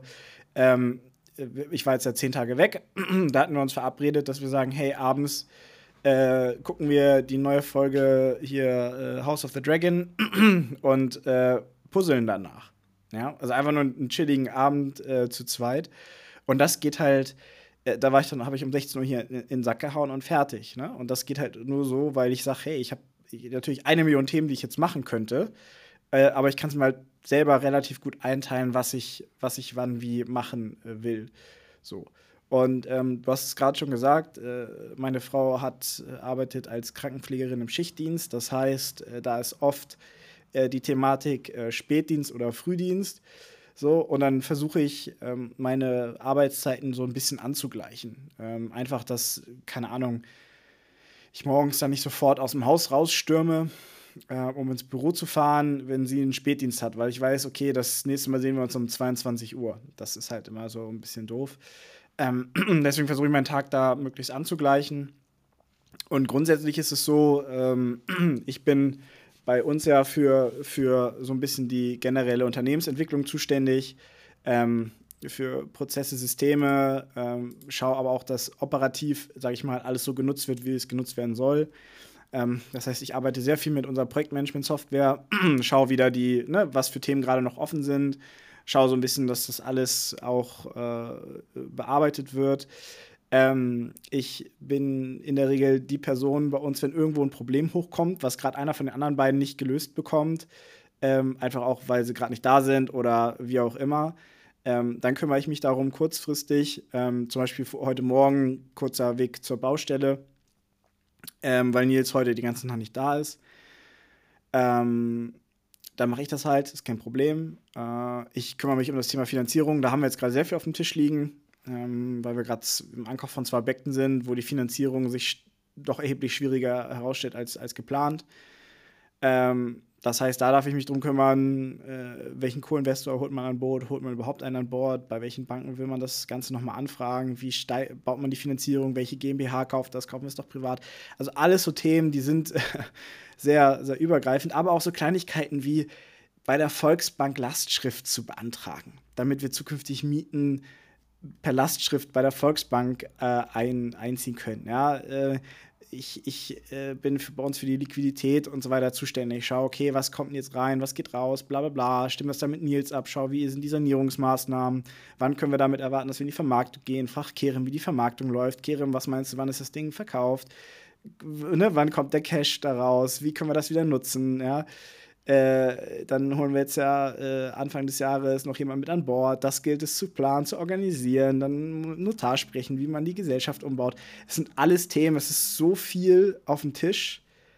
ich war jetzt ja 10 Tage weg, da hatten wir uns verabredet, dass wir sagen, hey, abends gucken wir die neue Folge hier House of the Dragon und puzzeln danach. Ja? Also einfach nur einen chilligen Abend zu zweit. Und das geht halt, habe ich um 16 Uhr hier in den Sack gehauen und fertig. Ne? Und das geht halt nur so, weil ich sage, hey, ich habe natürlich 1 Million Themen, die ich jetzt machen könnte, aber ich kann es mir halt selber relativ gut einteilen, was ich wann wie machen will. So. Und du hast es gerade schon gesagt, meine Frau arbeitet als Krankenpflegerin im Schichtdienst. Das heißt, da ist oft die Thematik Spätdienst oder Frühdienst. So, und dann versuche ich, meine Arbeitszeiten so ein bisschen anzugleichen. Einfach, dass, keine Ahnung, ich morgens dann nicht sofort aus dem Haus rausstürme, um ins Büro zu fahren, wenn sie einen Spätdienst hat, weil ich weiß, okay, das nächste Mal sehen wir uns um 22 Uhr. Das ist halt immer so ein bisschen doof. Deswegen versuche ich meinen Tag da möglichst anzugleichen. Und grundsätzlich ist es so, ich bin bei uns ja für so ein bisschen die generelle Unternehmensentwicklung zuständig, für Prozesse, Systeme, schaue aber auch, dass operativ, sage ich mal, alles so genutzt wird, wie es genutzt werden soll. Das heißt, ich arbeite sehr viel mit unserer Projektmanagement-Software, schaue wieder was für Themen gerade noch offen sind, schaue so ein bisschen, dass das alles auch bearbeitet wird. Ich bin in der Regel die Person bei uns, wenn irgendwo ein Problem hochkommt, was gerade einer von den anderen beiden nicht gelöst bekommt, einfach auch, weil sie gerade nicht da sind oder wie auch immer, dann kümmere ich mich darum kurzfristig, zum Beispiel heute Morgen kurzer Weg zur Baustelle, weil Nils heute die ganze Nacht nicht da ist. Dann mache ich das halt, ist kein Problem. Ich kümmere mich um das Thema Finanzierung. Da haben wir jetzt gerade sehr viel auf dem Tisch liegen, weil wir gerade im Ankauf von 2 Objekten sind, wo die Finanzierung sich doch erheblich schwieriger herausstellt als geplant. Das heißt, da darf ich mich drum kümmern, welchen Co-Investor holt man an Bord, holt man überhaupt einen an Bord, bei welchen Banken will man das Ganze nochmal anfragen, wie baut man die Finanzierung, welche GmbH kauft das, kaufen wir es doch privat. Also alles so Themen, die sind sehr, sehr übergreifend, aber auch so Kleinigkeiten wie bei der Volksbank Lastschrift zu beantragen, damit wir zukünftig Mieten per Lastschrift bei der Volksbank einziehen können. Ja, ich bin bei uns für die Liquidität und so weiter zuständig. Ich schaue, okay, was kommt denn jetzt rein, was geht raus, bla bla bla, stimme das dann mit Nils ab, schaue, wie sind die Sanierungsmaßnahmen, wann können wir damit erwarten, dass wir in die Vermarktung gehen, frag Kerem, wie die Vermarktung läuft, Kerem, was meinst du, wann ist das Ding verkauft, wann kommt der Cash da raus, wie können wir das wieder nutzen, ja. Dann holen wir jetzt ja Anfang des Jahres noch jemanden mit an Bord. Das gilt es zu planen, zu organisieren, dann Notar sprechen, wie man die Gesellschaft umbaut. Es sind alles Themen, es ist so viel auf dem Tisch.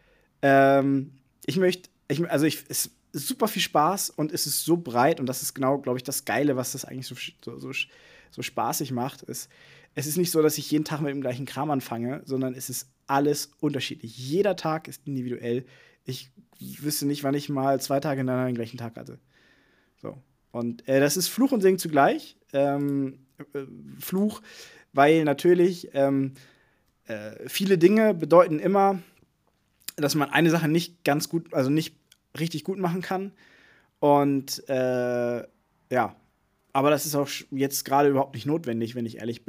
Es ist super viel Spaß und es ist so breit und das ist genau, glaube ich, das Geile, was das eigentlich so spaßig macht. Es ist nicht so, dass ich jeden Tag mit dem gleichen Kram anfange, sondern es ist alles unterschiedlich. Jeder Tag ist individuell. Ich wüsste nicht, wann ich mal 2 Tage hintereinander den gleichen Tag hatte. So. Und das ist Fluch und Segen zugleich. Fluch, weil natürlich viele Dinge bedeuten immer, dass man eine Sache nicht ganz gut, also nicht richtig gut machen kann. Und ja, aber das ist auch jetzt gerade überhaupt nicht notwendig, wenn ich ehrlich bin.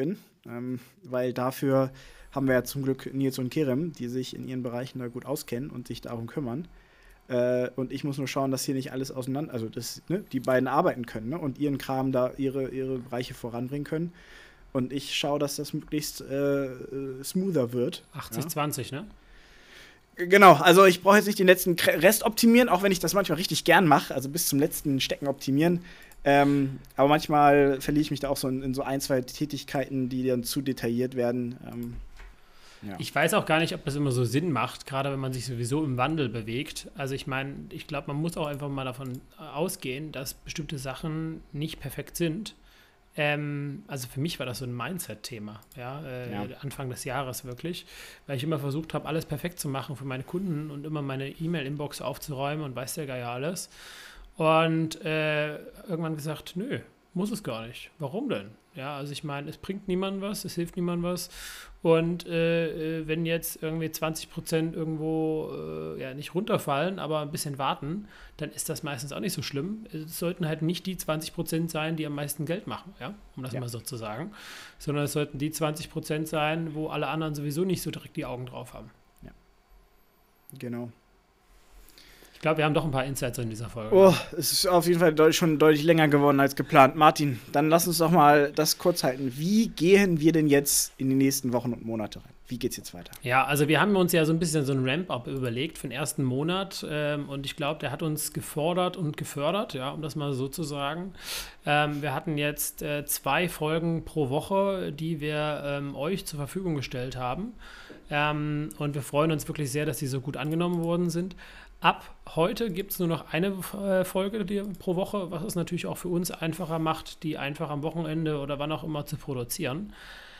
weil dafür haben wir ja zum Glück Nils und Kerem, die sich in ihren Bereichen da gut auskennen und sich darum kümmern. Und ich muss nur schauen, dass hier nicht alles auseinander, also dass die beiden arbeiten können, ne, und ihren Kram da, ihre Bereiche voranbringen können. Und ich schaue, dass das möglichst smoother wird. 80-20, ne? Genau, also ich brauche jetzt nicht den letzten Rest optimieren, auch wenn ich das manchmal richtig gern mache, also bis zum letzten Stecken optimieren. Aber manchmal verliere ich mich da auch so in so ein, zwei Tätigkeiten, die dann zu detailliert werden. Ja. Ich weiß auch gar nicht, ob das immer so Sinn macht, gerade wenn man sich sowieso im Wandel bewegt. Also ich meine, ich glaube, man muss auch einfach mal davon ausgehen, dass bestimmte Sachen nicht perfekt sind. Also für mich war das so ein Mindset-Thema, Anfang des Jahres wirklich, weil ich immer versucht habe, alles perfekt zu machen für meine Kunden und immer meine E-Mail-Inbox aufzuräumen und weiß der Geier alles. Und irgendwann gesagt, nö, muss es gar nicht. Warum denn? Ja, also ich meine, es bringt niemandem was, es hilft niemandem was. Und wenn jetzt irgendwie 20% irgendwo nicht runterfallen, aber ein bisschen warten, dann ist das meistens auch nicht so schlimm. Es sollten halt nicht die 20% sein, die am meisten Geld machen, ja, um das mal so zu sagen, sondern es sollten die 20% sein, wo alle anderen sowieso nicht so direkt die Augen drauf haben. Ja, genau. Ich glaube, wir haben doch ein paar Insights in dieser Folge. Oh, es ist auf jeden Fall schon deutlich länger geworden als geplant. Martin, dann lass uns doch mal das kurz halten. Wie gehen wir denn jetzt in die nächsten Wochen und Monate rein? Wie geht's jetzt weiter? Ja, also wir haben uns ja so ein bisschen so ein Ramp-up überlegt für den ersten Monat und ich glaube, der hat uns gefordert und gefördert, ja, um das mal so zu sagen. Wir hatten jetzt 2 Folgen pro Woche, die wir euch zur Verfügung gestellt haben und wir freuen uns wirklich sehr, dass die so gut angenommen worden sind. Ab heute gibt es nur noch eine Folge pro Woche, was es natürlich auch für uns einfacher macht, die einfach am Wochenende oder wann auch immer zu produzieren.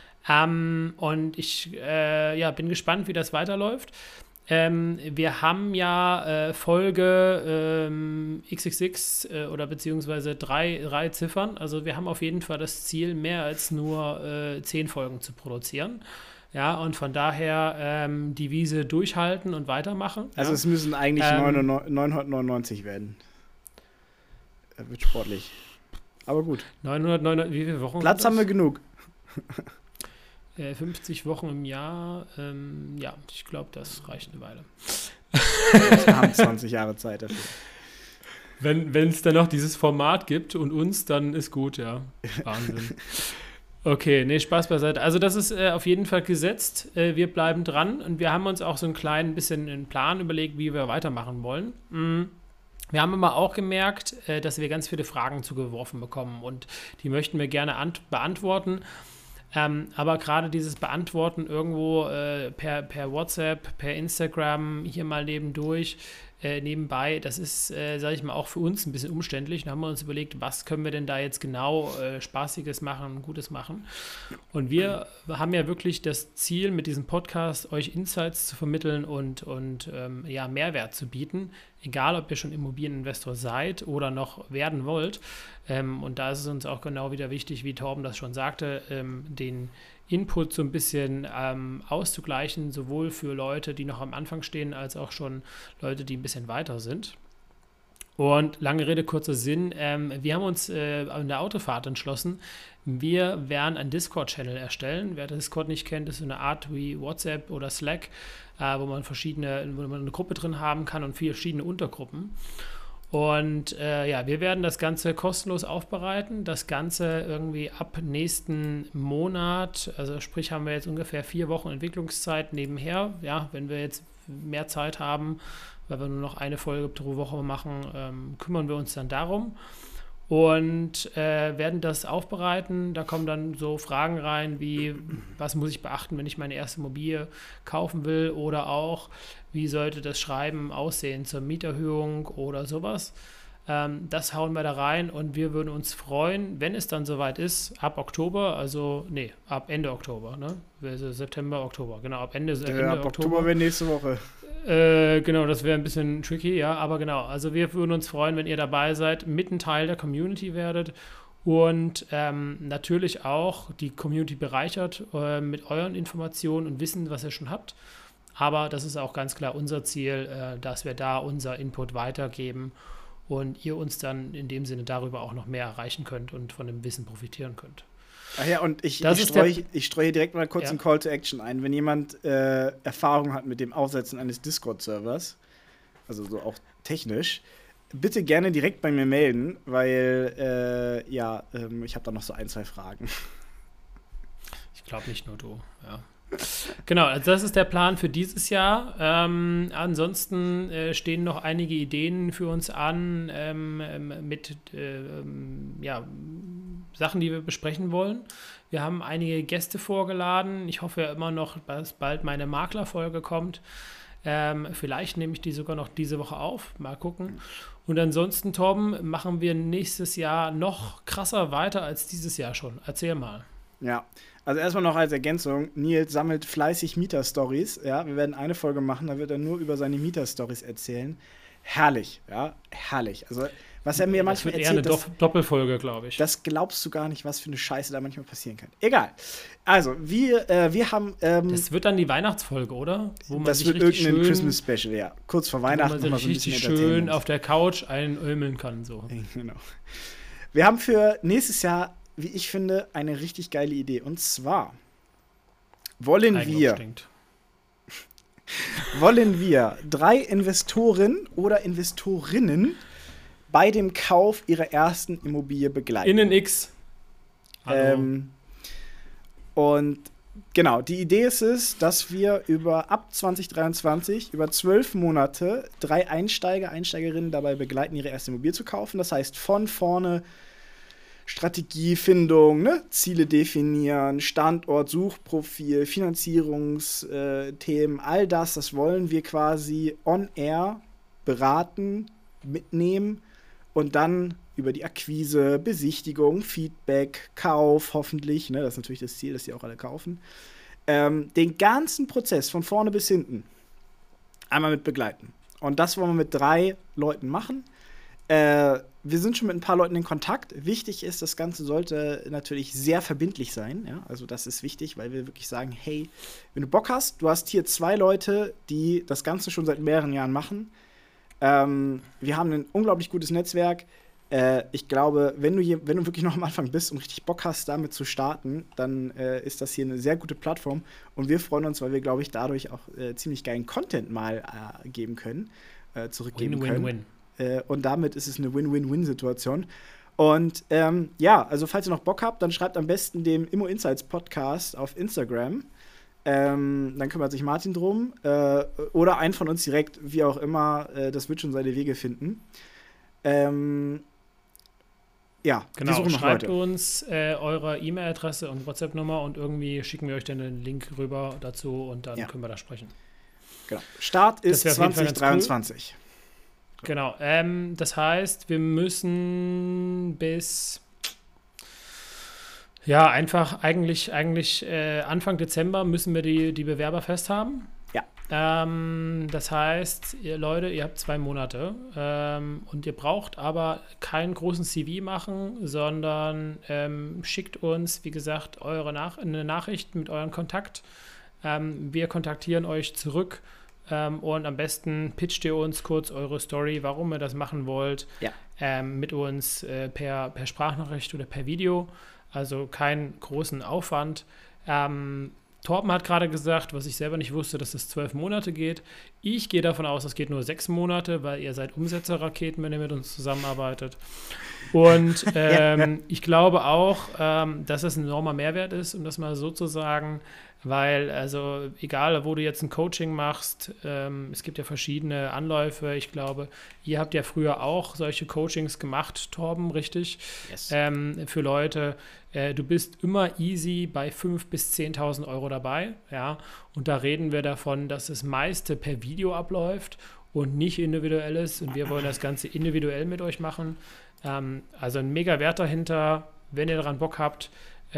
Und ich bin gespannt, wie das weiterläuft. Wir haben ja Folge XXX oder beziehungsweise 3 Ziffern. Also wir haben auf jeden Fall das Ziel, mehr als nur 10 Folgen zu produzieren. Ja, und von daher die Wiese durchhalten und weitermachen. Also es müssen eigentlich 999 werden. Wird sportlich. Aber gut. 999, wie viele Wochen? Platz haben wir genug. 50 Wochen im Jahr, ich glaube, das reicht eine Weile. Wir haben 20 Jahre Zeit dafür. Wenn es dann noch dieses Format gibt und uns, dann ist gut, ja. Wahnsinn. Okay, nee, Spaß beiseite. Also das ist auf jeden Fall gesetzt. Wir bleiben dran und wir haben uns auch so ein klein bisschen einen Plan überlegt, wie wir weitermachen wollen. Wir haben aber auch gemerkt, dass wir ganz viele Fragen zugeworfen bekommen und die möchten wir gerne beantworten. Aber gerade dieses Beantworten irgendwo per WhatsApp, per Instagram, hier mal nebenbei, das ist, sage ich mal, auch für uns ein bisschen umständlich. Da haben wir uns überlegt, was können wir denn da jetzt genau Spaßiges machen, Gutes machen. Und wir haben ja wirklich das Ziel, mit diesem Podcast euch Insights zu vermitteln und Mehrwert zu bieten. Egal, ob ihr schon Immobilieninvestor seid oder noch werden wollt. Und da ist es uns auch genau wieder wichtig, wie Torben das schon sagte, den Input so ein bisschen auszugleichen, sowohl für Leute, die noch am Anfang stehen, als auch schon Leute, die ein bisschen weiter sind. Und lange Rede, kurzer Sinn, wir haben uns in der Autofahrt entschlossen, wir werden einen Discord-Channel erstellen. Wer Discord nicht kennt, ist so eine Art wie WhatsApp oder Slack, wo man eine Gruppe drin haben kann und verschiedene Untergruppen. Und wir werden das Ganze kostenlos aufbereiten. Das Ganze irgendwie ab nächsten Monat, also sprich haben wir jetzt ungefähr 4 Wochen Entwicklungszeit nebenher. Ja, wenn wir jetzt mehr Zeit haben, weil wir nur noch eine Folge pro Woche machen, kümmern wir uns dann darum. Und werden das aufbereiten. Da kommen dann so Fragen rein wie, was muss ich beachten, wenn ich meine erste Immobilie kaufen will, oder auch, wie sollte das Schreiben aussehen zur Mieterhöhung oder sowas. Das hauen wir da rein und wir würden uns freuen, wenn es dann soweit ist, ab Oktober, ab Ende Oktober, ne? Also September, Oktober, genau, ab Ende Oktober wäre nächste Woche. Genau, das wäre ein bisschen tricky, ja, aber genau, also wir würden uns freuen, wenn ihr dabei seid, mit ein Teil der Community werdet und natürlich auch die Community bereichert mit euren Informationen und Wissen, was ihr schon habt, aber das ist auch ganz klar unser Ziel, dass wir da unser Input weitergeben und ihr uns dann in dem Sinne darüber auch noch mehr erreichen könnt und von dem Wissen profitieren könnt. Ach ja, und ich Das ist streue hier direkt mal kurz einen Call to Action ein. Wenn jemand Erfahrung hat mit dem Aufsetzen eines Discord-Servers, also so auch technisch, bitte gerne direkt bei mir melden, weil ich habe da noch so 1, 2 Fragen. Ich glaube nicht nur du, ja. Genau, also das ist der Plan für dieses Jahr. Ansonsten stehen noch einige Ideen für uns an mit Sachen, die wir besprechen wollen. Wir haben einige Gäste vorgeladen. Ich hoffe ja immer noch, dass bald meine Maklerfolge kommt. Vielleicht nehme ich die sogar noch diese Woche auf. Mal gucken. Und ansonsten, Torben, machen wir nächstes Jahr noch krasser weiter als dieses Jahr schon. Erzähl mal. Ja, also erstmal noch als Ergänzung, Nils sammelt fleißig Mieter-Stories, ja, wir werden eine Folge machen, da wird er nur über seine Mieter-Stories erzählen. Herrlich, ja, herrlich. Also, was er mir manchmal erzählt, eher eine Doppelfolge, glaube ich. Das glaubst du gar nicht, was für eine Scheiße da manchmal passieren kann. Egal. Also, wir haben das wird dann die Weihnachtsfolge, oder? Wo man das wird irgendein Christmas-Special, ja. Kurz vor Weihnachten. Wo man sich richtig schön auf der Couch einömeln kann, so. Genau. Wir haben für nächstes Jahr, wie ich finde, eine richtig geile Idee. Und zwar wollen wir 3 Investoren oder Investorinnen bei dem Kauf ihrer ersten Immobilie begleiten. Innen X. Und genau, die Idee ist es, dass wir ab 2023, über 12 Monate, 3 Einsteigerinnen dabei begleiten, ihre erste Immobilie zu kaufen. Das heißt, von vorne Strategiefindung, ne? Ziele definieren, Standort, Suchprofil, Finanzierungsthemen, all das wollen wir quasi on air beraten, mitnehmen und dann über die Akquise, Besichtigung, Feedback, Kauf hoffentlich, ne? Das ist natürlich das Ziel, dass die auch alle kaufen, den ganzen Prozess von vorne bis hinten einmal mit begleiten. Und das wollen wir mit 3 Leuten machen. Wir sind schon mit ein paar Leuten in Kontakt. Wichtig ist, das Ganze sollte natürlich sehr verbindlich sein. Ja? Also das ist wichtig, weil wir wirklich sagen, hey, wenn du Bock hast, du hast hier 2 Leute, die das Ganze schon seit mehreren Jahren machen. Wir haben ein unglaublich gutes Netzwerk. Ich glaube, wenn du wirklich noch am Anfang bist und richtig Bock hast, damit zu starten, dann ist das hier eine sehr gute Plattform. Und wir freuen uns, weil wir, glaube ich, dadurch auch ziemlich geilen Content mal geben können, zurückgeben können. Win. Und damit ist es eine Win-Win-Win-Situation. Und also falls ihr noch Bock habt, dann schreibt am besten dem Immo Insights Podcast auf Instagram. Dann kümmert sich Martin drum. Oder einen von uns direkt, wie auch immer. Das wird schon seine Wege finden. Genau, schreibt uns eure E-Mail-Adresse und WhatsApp-Nummer und irgendwie schicken wir euch dann einen Link rüber dazu und dann können wir da sprechen. Genau. Start ist 2023. Cool. Genau, das heißt, wir müssen bis eigentlich Anfang Dezember müssen wir die Bewerber festhaben. Ja. Das heißt, Leute, ihr habt 2 Monate und ihr braucht aber keinen großen CV machen, sondern schickt uns, wie gesagt, eine Nachricht mit eurem Kontakt. Wir kontaktieren euch zurück. Und am besten pitcht ihr uns kurz eure Story, warum ihr das machen wollt, mit uns per Sprachnachricht oder per Video. Also keinen großen Aufwand. Torben hat gerade gesagt, was ich selber nicht wusste, dass es 12 Monate geht. Ich gehe davon aus, es geht nur 6 Monate, weil ihr seid Umsetzerraketen, wenn ihr mit uns zusammenarbeitet. Und ich glaube auch, dass es ein enormer Mehrwert ist, um das mal so zu sagen, weil, also egal, wo du jetzt ein Coaching machst, es gibt ja verschiedene Anläufe. Ich glaube, ihr habt ja früher auch solche Coachings gemacht, Torben, richtig? Yes. Für Leute, du bist immer easy bei 5.000 bis 10.000 Euro dabei, ja, und da reden wir davon, dass das meiste per Video abläuft und nicht individuell ist und wir wollen das Ganze individuell mit euch machen. Also ein mega Wert dahinter, wenn ihr daran Bock habt,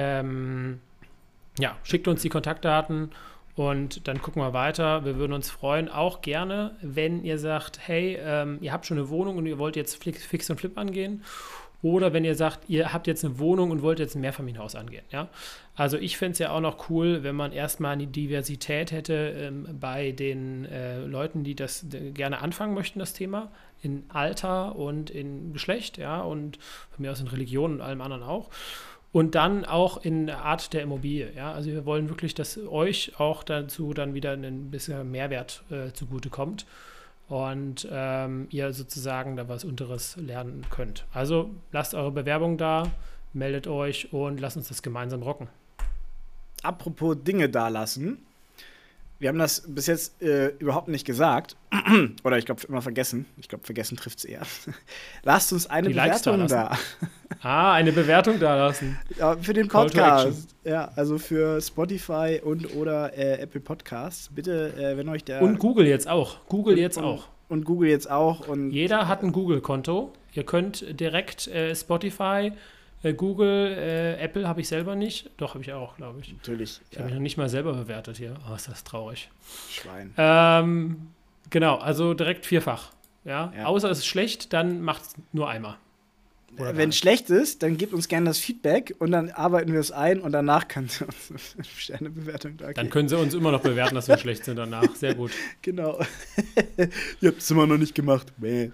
schickt uns die Kontaktdaten und dann gucken wir weiter. Wir würden uns freuen, auch gerne, wenn ihr sagt, hey, ihr habt schon eine Wohnung und ihr wollt jetzt Fix und Flip angehen. Oder wenn ihr sagt, ihr habt jetzt eine Wohnung und wollt jetzt ein Mehrfamilienhaus angehen. Ja? Also ich fände es ja auch noch cool, wenn man erstmal eine Diversität hätte bei den Leuten, die das gerne anfangen möchten, das Thema, in Alter und in Geschlecht, ja, und von mir aus in Religion und allem anderen auch. Und dann auch in der Art der Immobilie. Ja? Also wir wollen wirklich, dass euch auch dazu dann wieder ein bisschen Mehrwert zugutekommt und ihr sozusagen da was Unteres lernen könnt. Also lasst eure Bewerbung da, meldet euch und lasst uns das gemeinsam rocken. Apropos Dinge da lassen. Wir haben das bis jetzt überhaupt nicht gesagt. Oder ich glaube, immer vergessen. Ich glaube, vergessen trifft es eher. Lasst uns eine Bewertung da. Eine Bewertung da lassen. Ja, für den Podcast. Ja, also für Spotify und oder Apple Podcasts. Bitte, wenn euch der... Und Google jetzt auch. Google jetzt auch. Und Google jetzt auch. Und jeder hat ein Google-Konto. Ihr könnt direkt Spotify... Google, Apple habe ich selber nicht. Doch, habe ich auch, glaube ich. Natürlich. Ich habe mich noch nicht mal selber bewertet hier. Oh, ist das traurig. Schwein. Genau, also direkt 4-fach. Ja? Außer es ist schlecht, dann macht es nur einmal. Wenn es schlecht ist, dann gebt uns gerne das Feedback und dann arbeiten wir es ein und danach könnt ihr uns eine Sternebewertung da geben. Dann können sie uns immer noch bewerten, dass wir schlecht sind danach. Sehr gut. Genau. Ihr habt es immer noch nicht gemacht. Nee.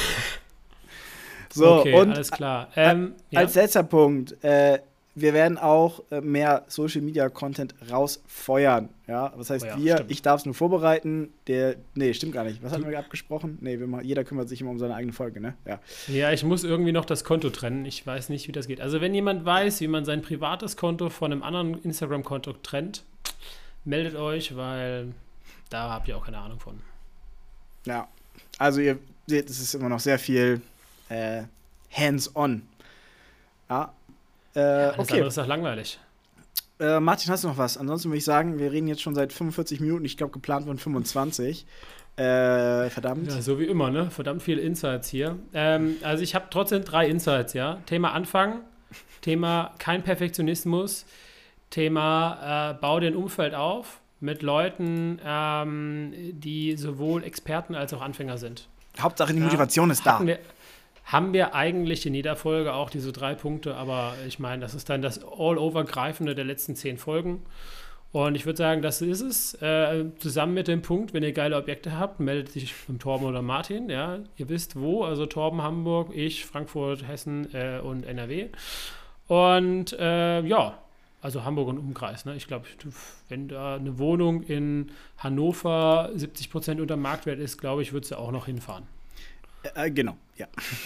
So, okay, und alles klar. Als letzter Punkt, wir werden auch mehr Social-Media-Content rausfeuern. Ja, was heißt stimmt. Ich darf es nur vorbereiten. Nee, stimmt gar nicht. Was hatten wir abgesprochen? Nee, jeder kümmert sich immer um seine eigene Folge, ne? Ja, ich muss irgendwie noch das Konto trennen. Ich weiß nicht, wie das geht. Also wenn jemand weiß, wie man sein privates Konto von einem anderen Instagram-Konto trennt, meldet euch, weil da habt ihr auch keine Ahnung von. Ja, also ihr seht, es ist immer noch sehr viel hands-on. Ja. Okay. Das ist doch langweilig. Martin, hast du noch was? Ansonsten würde ich sagen, wir reden jetzt schon seit 45 Minuten. Ich glaube, geplant waren 25. Verdammt. Ja, so wie immer, ne? Verdammt viele Insights hier. Also ich habe trotzdem 3 Insights, ja. Thema Anfang, Thema kein Perfektionismus, Thema bau dir ein Umfeld auf mit Leuten, die sowohl Experten als auch Anfänger sind. Hauptsache die Motivation ist da. Haben wir eigentlich in jeder Folge auch diese 3 Punkte, aber ich meine, das ist dann das All-Overgreifende der letzten 10 Folgen. Und ich würde sagen, das ist es. Zusammen mit dem Punkt, wenn ihr geile Objekte habt, meldet sich beim Torben oder Martin. Ja? Ihr wisst wo, also Torben Hamburg, ich Frankfurt, Hessen und NRW. Und also Hamburg und Umkreis. Ne? Ich glaube, wenn da eine Wohnung in Hannover 70% unter Marktwert ist, glaube ich, würdest du auch noch hinfahren. Genau, ja.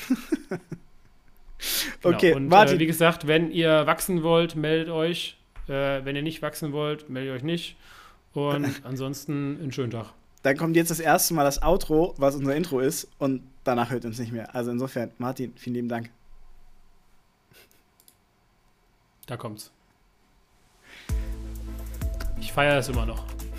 Genau. Okay, und wie gesagt, wenn ihr wachsen wollt, meldet euch. Wenn ihr nicht wachsen wollt, meldet euch nicht. Und ansonsten einen schönen Tag. Dann kommt jetzt das erste Mal das Outro, was unser Intro ist. Und danach hört ihr uns nicht mehr. Also insofern, Martin, vielen lieben Dank. Da kommt's. Ich feiere es immer noch.